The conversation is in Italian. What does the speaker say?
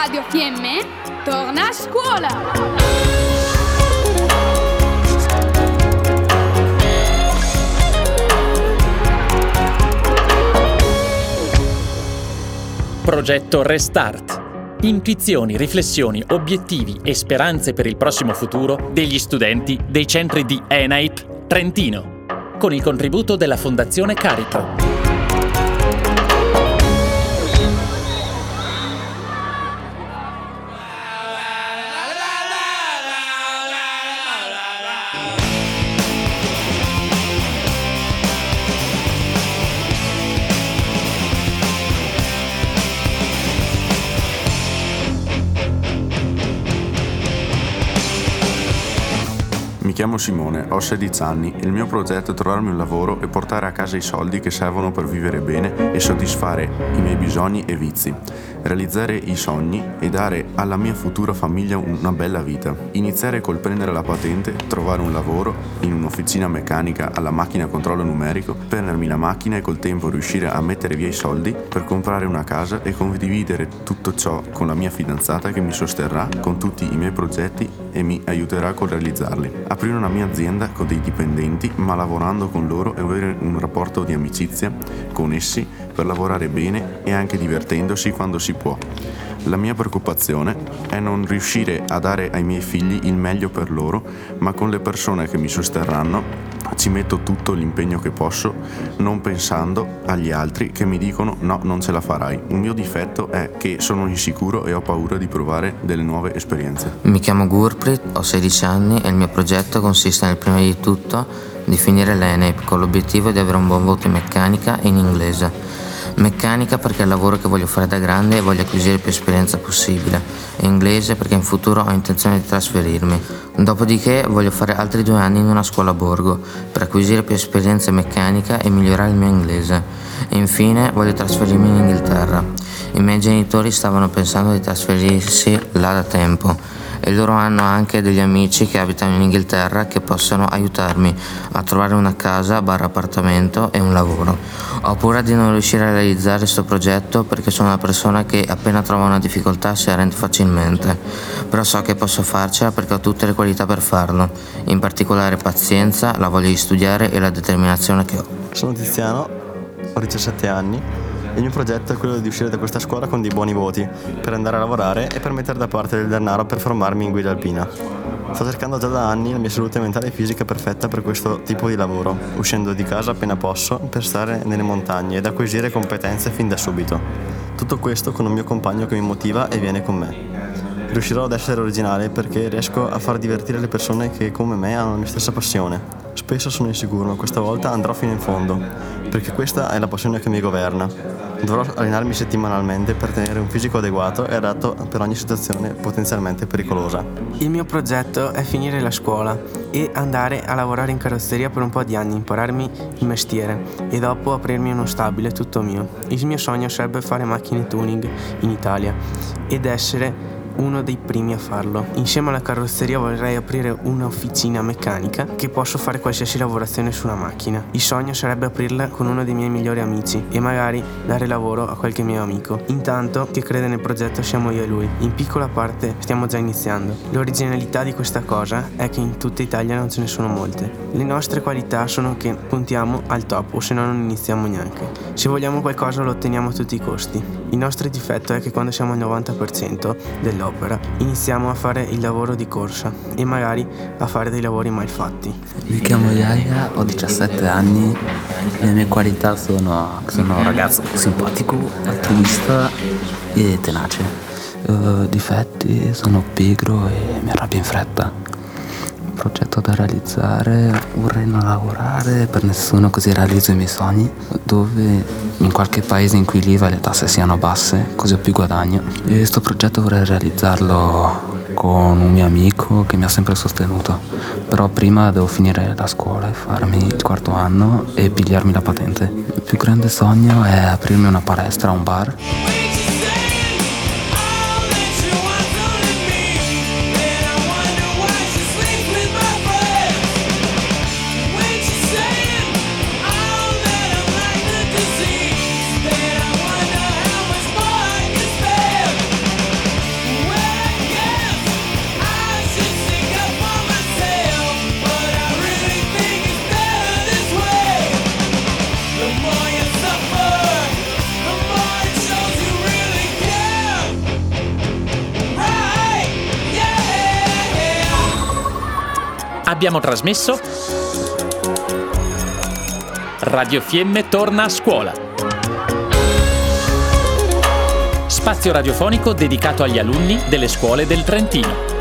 Radio Fiemme torna a scuola! Progetto Restart. Intuizioni, riflessioni, obiettivi e speranze per il prossimo futuro degli studenti dei centri di ENAIP Trentino, con il contributo della Fondazione Carito. Mi chiamo Simone, ho 16 anni e il mio progetto è trovarmi un lavoro e portare a casa i soldi che servono per vivere bene e soddisfare i miei bisogni e vizi, realizzare i sogni e dare alla mia futura famiglia una bella vita. Iniziare col prendere la patente, trovare un lavoro in un'officina meccanica alla macchina a controllo numerico, prendermi la macchina e col tempo riuscire a mettere via i soldi per comprare una casa e condividere tutto ciò con la mia fidanzata che mi sosterrà con tutti i miei progetti e mi aiuterà con realizzarli. Aprire una mia azienda con dei dipendenti, ma lavorando con loro e avere un rapporto di amicizia con essi per lavorare bene e anche divertendosi quando si può. La mia preoccupazione è non riuscire a dare ai miei figli il meglio per loro, ma con le persone che mi sosterranno ci metto tutto l'impegno che posso, non pensando agli altri che mi dicono no, non ce la farai. Un mio difetto è che sono insicuro e ho paura di provare delle nuove esperienze. Mi chiamo Gurprit, ho 16 anni e il mio progetto consiste nel prima di tutto di finire l'ENAIP con l'obiettivo di avere un buon voto in meccanica e in inglese. Meccanica perché è il lavoro che voglio fare da grande e voglio acquisire più esperienza possibile, e inglese perché in futuro ho intenzione di trasferirmi. Dopodiché voglio fare altri 2 anni in una scuola a borgo per acquisire più esperienza in meccanica e migliorare il mio inglese. E infine voglio trasferirmi in Inghilterra. I miei genitori stavano pensando di trasferirsi là da tempo e loro hanno anche degli amici che abitano in Inghilterra che possono aiutarmi a trovare una casa / appartamento e un lavoro. Ho paura di non riuscire a realizzare questo progetto perché sono una persona che appena trova una difficoltà si arrende facilmente, però so che posso farcela perché ho tutte le qualità per farlo, in particolare pazienza, la voglia di studiare e la determinazione che ho. Sono Tiziano, ho 17 anni. Il mio progetto è quello di uscire da questa scuola con dei buoni voti per andare a lavorare e per mettere da parte del denaro per formarmi in guida alpina. Sto cercando già da anni la mia salute mentale e fisica perfetta per questo tipo di lavoro, uscendo di casa appena posso per stare nelle montagne ed acquisire competenze fin da subito. Tutto questo con un mio compagno che mi motiva e viene con me. Riuscirò ad essere originale perché riesco a far divertire le persone che come me hanno la mia stessa passione. Spesso sono insicuro, ma questa volta andrò fino in fondo, perché questa è la passione che mi governa. Dovrò allenarmi settimanalmente per tenere un fisico adeguato e adatto per ogni situazione potenzialmente pericolosa. Il mio progetto è finire la scuola e andare a lavorare in carrozzeria per un po' di anni, impararmi il mestiere e dopo aprirmi uno stabile tutto mio. Il mio sogno sarebbe fare macchine tuning in Italia ed essere uno dei primi a farlo. Insieme alla carrozzeria vorrei aprire un'officina meccanica che posso fare qualsiasi lavorazione su una macchina. Il sogno sarebbe aprirla con uno dei miei migliori amici e magari dare lavoro a qualche mio amico. Intanto chi crede nel progetto siamo io e lui. In piccola parte stiamo già iniziando. L'originalità di questa cosa è che in tutta Italia non ce ne sono molte. Le nostre qualità sono che puntiamo al top o se no non iniziamo neanche. Se vogliamo qualcosa lo otteniamo a tutti i costi. Il nostro difetto è che quando siamo al 90% dell'opera iniziamo a fare il lavoro di corsa e magari a fare dei lavori mal fatti. Mi chiamo Yaya, ho 17 anni, le mie qualità sono un ragazzo simpatico, altruista e tenace. Difetti, sono pigro e mi arrabbio in fretta. Progetto da realizzare, vorrei non lavorare per nessuno così realizzo i miei sogni, dove in qualche paese in cui l'IVA e le tasse siano basse, così ho più guadagno. E questo progetto vorrei realizzarlo con un mio amico che mi ha sempre sostenuto, però prima devo finire la scuola e farmi il 4º anno e pigliarmi la patente. Il più grande sogno è aprirmi una palestra, un bar. abbiamo trasmesso Radio Fiemme torna a scuola. Spazio radiofonico dedicato agli alunni delle scuole del Trentino.